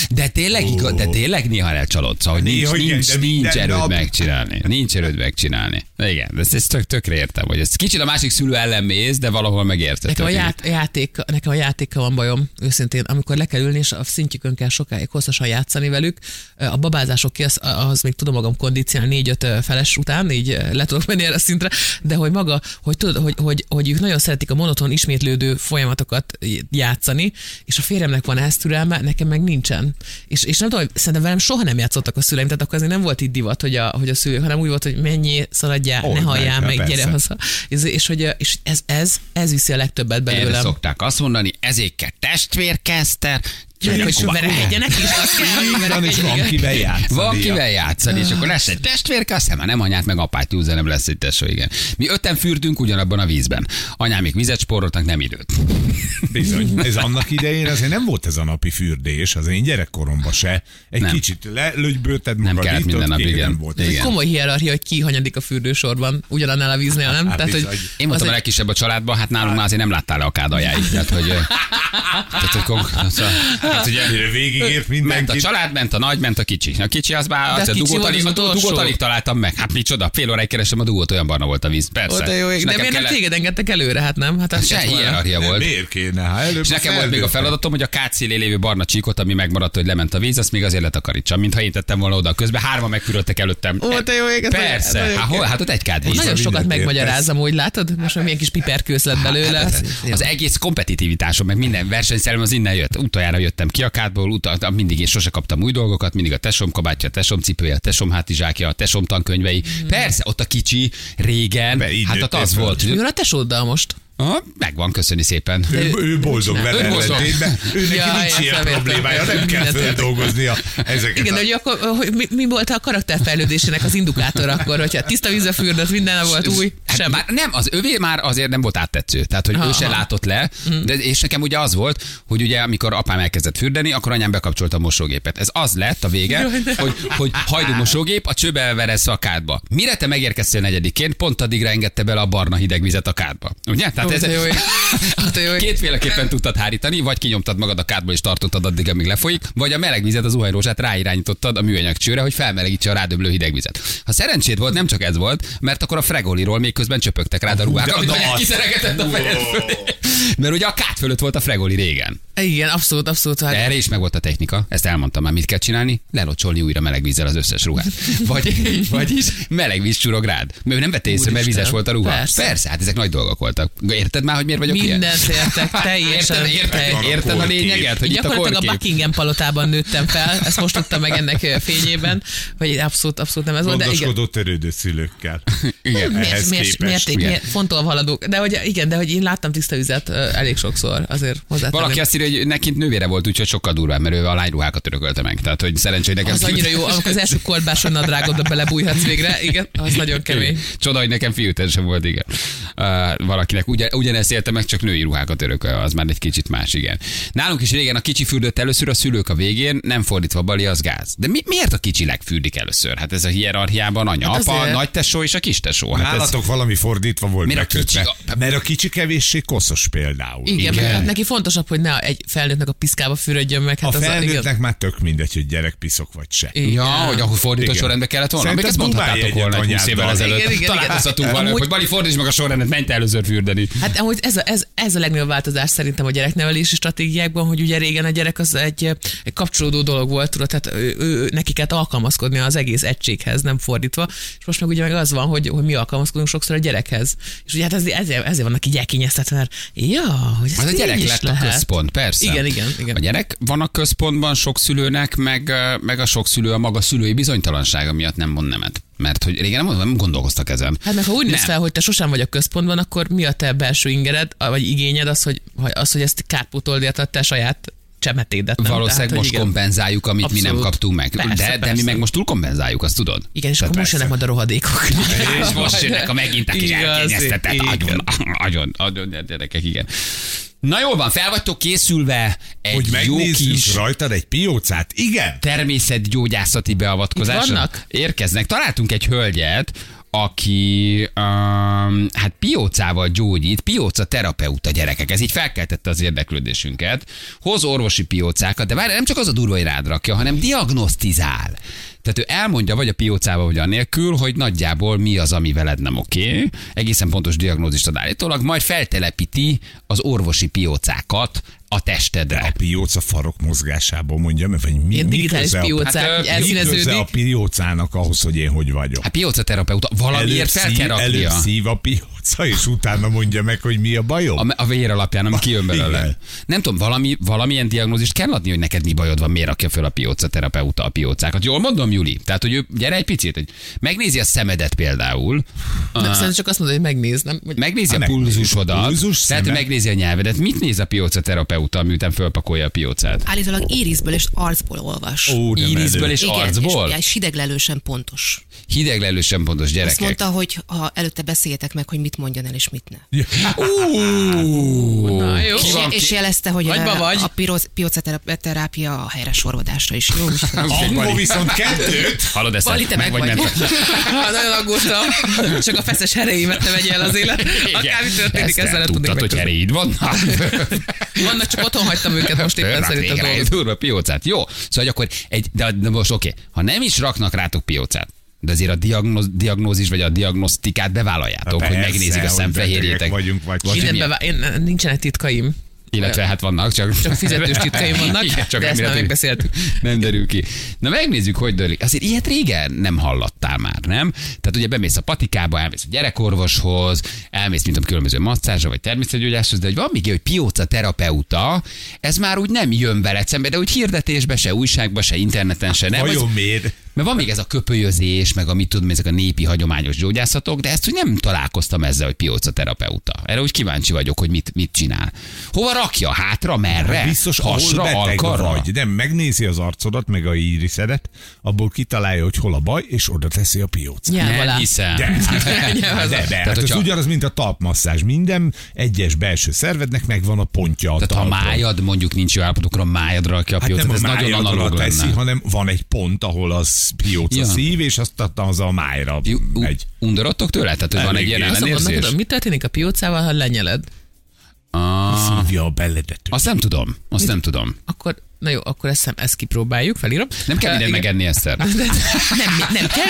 De tényleg néha elcsalódsz, hogy nincs erőd megcsinálni. Nincs erőd megcsinálni. Igen, de ezt tökre értem, hogy ez kicsit a másik szülő ellen mész, de valahol megérted. Nekem a játékkal van bajom, őszintén, amikor le kell ülni, és a szintjükön kell sokáig hosszasan játszani velük. A babázások ki, az még tudom magam kondicionálni 4-5 feles után, így le tudok menni erre a szintre, de hogy maga, hogy tudod, hogy ők nagyon szeretik a monoton ismétlődő folyamatokat játszani, és a férjemnek van ezt türelme, nekem meg nincsen. És nem tudom, szerintem velem soha nem játszottak a szüleim, tehát akkor azért nem volt itt divat, hogy a szülők, hanem úgy volt, hogy mennyi, szaladjál, ne halljál meg, gyere haza. És ez viszi a legtöbbet belőlem. Erre szokták azt mondani, ezért kell testvérkeszter, hogy verekedjenek is, azt kell, és van kivel játszani. Van kivel játszani, és akkor lesz egy testvérke, aztán már nem anyát meg apát túlza, nem lesz egy tesó, igen. Mi 5-en fürdünk ugyanabban a vízben. Anyámék vizet spóroltak, nem időt. Bizony. Ez annak idején azért nem volt ez a napi fürdés, az én gyerekkoromban se. Kicsit lelögybölted magad. Nem kellett minden nap, igen. Volt. Igen. Komoly hierarchia, hogy ki hanyadik a fürdősorban, ugyanannál a víznél, nem? Hát, tehát, hogy én voltam a legkisebb a családban, hát nálunk már azért nem láttál le a kádajáig. Tehát, hogy hát ugye végigért mindenki. Ment a család, ment a nagy, ment a kicsi. A kicsi az már a dugót alig találtam meg. Hát micsoda, fél óráig kerestem a dugót, olyan barna volt a víz. Persze. De miért nem téged engedtek előre? Hát nem? Hát az se hierarchia volt. Miért kéne? És nekem volt még a feladatom, hogy a kátszélé lévő barna csíkot, ami megmaradt, hogy lement a víz, azt még azért letakarítsam, mintha én tettem volna oda. Közben 3-an megfürödtek előttem. Persze. Hát ott egy kád víz. Nagyon sokat megmagyarázom, úgy látod? Most milyen kis piperkősz lett belőle. Az egész kompetitivitásom, meg minden versenyszerelem az innen jött. Utoljára jöttem ki a kádból, mindig én sose kaptam új dolgokat, mindig a tesóm kabátja, a tesóm cipője, a tesóm hátizsákja, a tesóm tankönyvei. Persze, ott a kicsi, régen, hát ott az volt. Mi van a tesóddal most? Megvan, köszöni szépen. Ő boldog vele ellentétben. Őnek nincs ilyen problémája, nem kell földolgoznia ezeket. Igen, de akkor mi volt a karakterfejlődésének az indikátor akkor, hogyha tiszta vízbe fürdött, minden volt új? Hát már nem, az övé már azért nem volt áttetsző. Tehát, hogy ő se látott le, és nekem ugye az volt, hogy ugye amikor apám elkezdett fürdeni, akkor anyám bekapcsolta a mosógépet. Ez az lett a vége, hogy hajdu mosógép, a csőbe veresz a kádba. Mire te megérkeztél negyediként, pont addigra engedte bele a barna hideg vizet a kádba. Ugye? Kétféleképpen tudtad hárítani, vagy kinyomtad magad a kádból és tartottad addig, amíg lefolyik, vagy a meleg vizet, az zuhanyrózsát ráirányítottad a műanyag csőre, hogy felmelegítse a rádömlő hideg vizet. Ha szerencséd volt, nem csak ez volt, mert akkor a fregoliról még közben csöpögtek rád a ruhák, amit kiszeregetett a fejed fölé. Mert ugye a kád fölött volt a fregoli régen. Igen, abszolút. De erre is meg volt a technika, ezt elmondtam már, mit kell csinálni, lelocsolni újra meleg vízzel az összes ruhát. Vagyis meleg víz csurog rád. Mert nem vette észre, mert vizes volt a ruha. Persze, hát ezek nagy dolgok voltak. Érted már, hogy miért vagyok ilyen? Mindent értek, teljesen. Érted a lényeget, hogy itt a korkép? A Buckingham palotában nőttem fel, ezt most tudtam meg ennek fényében, hogy abszolút nem ez volt. Gondoskodó törődő szülőkkel. Igen, miért fontolva haladók. De hogy én láttam tiszta vizet elég sokszor, azért hozzátenném. Valaki azt írja, hogy neki nővére volt, úgyhogy sokkal durvább, mert ő a lányruhákat örökölte meg. Tehát, hogy szerencsé, hogy nekem... Az annyira jó, amikor az első kortbáson nadrágodba belebújhatsz végre, igen, az nagyon kemény. Csoda, hogy nekem fiúten volt, igen. Valakinek ugyanezt élte meg, csak női ruhákat örököl, az már egy kicsit más, igen. Nálunk is régen a kicsi fürdött először, a szülők a végén, nem fordítva, Bali, az gáz. De miért a kicsi legfürdik először? Hát ez a hierarchiában anya, hát apa, nagy tesó és a kis tesó. Hát nálatok valami fordítva volt megkötve. Mert a kicsi kevéssé koszos például. Igen. Hát neki fontosabb, hogy ne egy felnőttnek a piszkába fürödjön meg. Hát a felnőttnek már tök mindegy, hogy gyerek piszok vagy se. Ja, hogy akkor fordító sorrendbe kellett volna. Még ezt mondhattátok volna egy 20 évvel ezelőtt. Találkozhatunk valami, hogy Bali, fordítsd meg a sorrendet, menj te először fürdeni. Hát amúgy ez a legnagyobb változás szerintem a gyereknevelési stratégiákban, hogy ugye régen a gyerek az egy kapcsolódó dolog volt, tudod, tehát neki kellett alkalmazkodni az egész egységhez, nem fordítva. És most meg ugye meg az van, hogy mi alkalmazkodunk sokszor a gyerekhez. És ugye hát ezért vannak így elkényeztetve, mert hogy ez a gyerek lett lehet. A központ, persze. Igen. A gyerek van a központban sok szülőnek, meg a sok szülő a maga szülői bizonytalansága miatt nem mond nemet. Mert hogy régen nem gondolkoztak ezen. Hát meg ha úgy néz fel, hogy te sosem vagy a központban, akkor mi a te belső ingered, vagy igényed az, hogy ezt kárpótold a te saját csemetédet. Valószínűleg most kompenzáljuk, amit mi nem kaptunk meg. Persze. De mi meg most túl kompenzáljuk, azt tudod? Igen, és akkor most jönnek majd a rohadékok. És most jönnek a megint a kis elkényeztetett agyon gyerekek, igen. Na jól van, fel vagytok készülve egy jó kis rajtad egy piócát? Igen. Természetgyógyászati beavatkozásra. Érkeznek. Találtunk egy hölgyet, aki hát piócával gyógyít, pióca terapeuta gyerekek. Ez így felkeltette az érdeklődésünket. Hoz orvosi piócákat, de várj, nem csak az a durva, hogy rád rakja, hanem diagnosztizál. Tehát ő elmondja, vagy a piócával, vagy anélkül, hogy nagyjából mi az, ami veled nem oké. Egészen pontos diagnózist ad állítólag, majd feltelepíti az orvosi piócákat a testedre. A pióca farok mozgásából mondja, mert vagy mi digitális piócák, elszíneződik. Mi a piócának ahhoz, hogy én hogy vagyok? Hát pióca terapeuta, valamiért fel kell raknia. Előbb szív a pióca, és utána mondja meg, hogy mi a bajom. A vér alapján, ami kijön belőle. Nem tudom, valamilyen diagnózist kell adni, hogy neked mi bajod van, miért rakja föl a pióca terapeuta a piócákat. Jól mondom, Juli? Tehát, hogy ő, gyere egy picit, hogy megnézi a szemedet például. Nem, csak azt mondod, hogy megnéznem. Megnézi a pulzusodat, tehát megnézi a nyelvedet. Mit néz a pióca terapeuta, miután fölpakolja a piócát? Állítólag írisből és arcból olvas. Írisből és arcból? És hideglelősen pontos. Hideglelősen pontos, gyerekek. Azt mondta, hogy ha előtte beszéljetek meg, hogy mit mondjon el és mit ne. Na, jó. És jelezte, hogy a piócaterápia a helyre sorvadásra is jó. Akkor viszont kettőt. Hallod ezt? Meg vagy ment. Nagyon aggódtam. Csak a feszes heréimet ne vegye el az élet. Akármi történik, ezzel nem tudnék hogy heréid vannak? Vannak, csak otthon hagytam őket most éppen szerintem dolgozni. Durva piócát. Jó. Szóval akkor de most oké. Ha nem is raknak rátok piócát, de azért a diagnózis vagy a diagnosztikát bevállaljátok, hogy megnézik a szemfehérjétek. Nincsenek titkaim. Illetve hát vannak, csak fizetős titkaim vannak, igen, csak de ezt már megbeszéltük. Nem derül ki. Na megnézzük, hogy dőlik. Azért ilyet régen nem hallottál már, nem? Tehát ugye bemész a patikába, elmész a gyerekorvoshoz, elmész, mint a különböző masszázsra vagy természetgyógyászhoz, de hogy van még egy pióca terapeuta, ez már úgy nem jön veled szembe, de úgy hirdetésbe, se újságba, se interneten, se nem. Vajon miért? Mert van még ez a köpölyözés, meg amit tudom, ezek a népi hagyományos gyógyászatok, de ezt úgy nem találkoztam ezzel, hogy pióca terapeuta. Erre úgy kíváncsi vagyok, hogy mit csinál. Hova rakja? Hátra? Merre? Biztos, hasra, alkarra? Vagy. Nem, megnézi az arcodat, meg a íriszedet, abból kitalálja, hogy hol a baj, és oda teszi a piócát. Nem hiszem. De hát ez ugyanaz, mint a talpmasszázs. Minden egyes belső szervednek megvan a pontja a talpon. Tehát ha májad mondjuk nincs jó állapot, akkor a májadra rakja a piócát. Hát ez nagyon analóg teszi, lenne. hanem van egy pont, ahol az pióca szív, és azt az a májra megy. Undorodtok tőle? Tehát, hogy van egy ilyen ellenérzés? Mit történik a piócával, ha lenyeled? Szívja a belledet. Azt nem tudom. Akkor, na jó, akkor ezt kipróbáljuk, felírom. Nem kell mindent megenni, Eszter. Nem kell,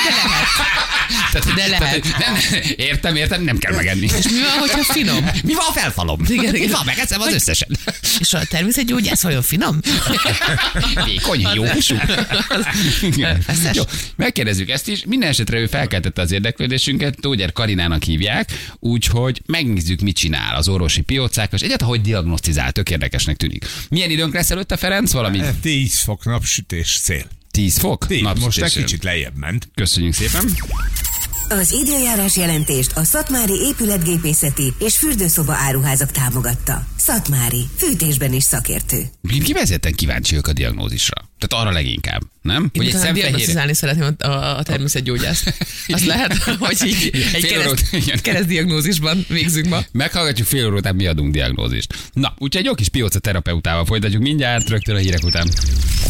de lehet. Értem, nem kell megenni. És mi van, hogyha finom? Mi van, felfalom? Mi van, megeszem az összeset. És a természetgyógyász olyan finom? Vékony, jó húsú. Jó, megkérdezzük ezt is. Minden esetre ő felkeltette az érdeklődésünket, Tógyer Karinának hívják, úgyhogy megnézzük, mit csinál az orvosi piócák, és egyáltalán hogy diagnosztizál, tök érdekesnek tűnik. Milyen időnk lesz előtte, Ferenc? Valami? 10 fok napsütés szél. 10 fok? Most egy kicsit lejjebb ment. Köszönjük szépen. Az időjárás jelentést a Szatmári épületgépészeti és fürdőszoba áruházak támogatta. Szatmári, fűtésben is szakértő. Kifejezetten kíváncsiak a diagnózisra. Tehát arra leginkább, nem? Hogy egy diagnosztizálni szeretném a természetgyógyászt. Azt lehet, hogy így egy keresztdiagnózisban végzünk ma. Meghallgatjuk fél óra után, mi adunk diagnózist. Na, úgyhogy egy jó kis pióca terapeutával folytatjuk mindjárt, rögtön a hírek után.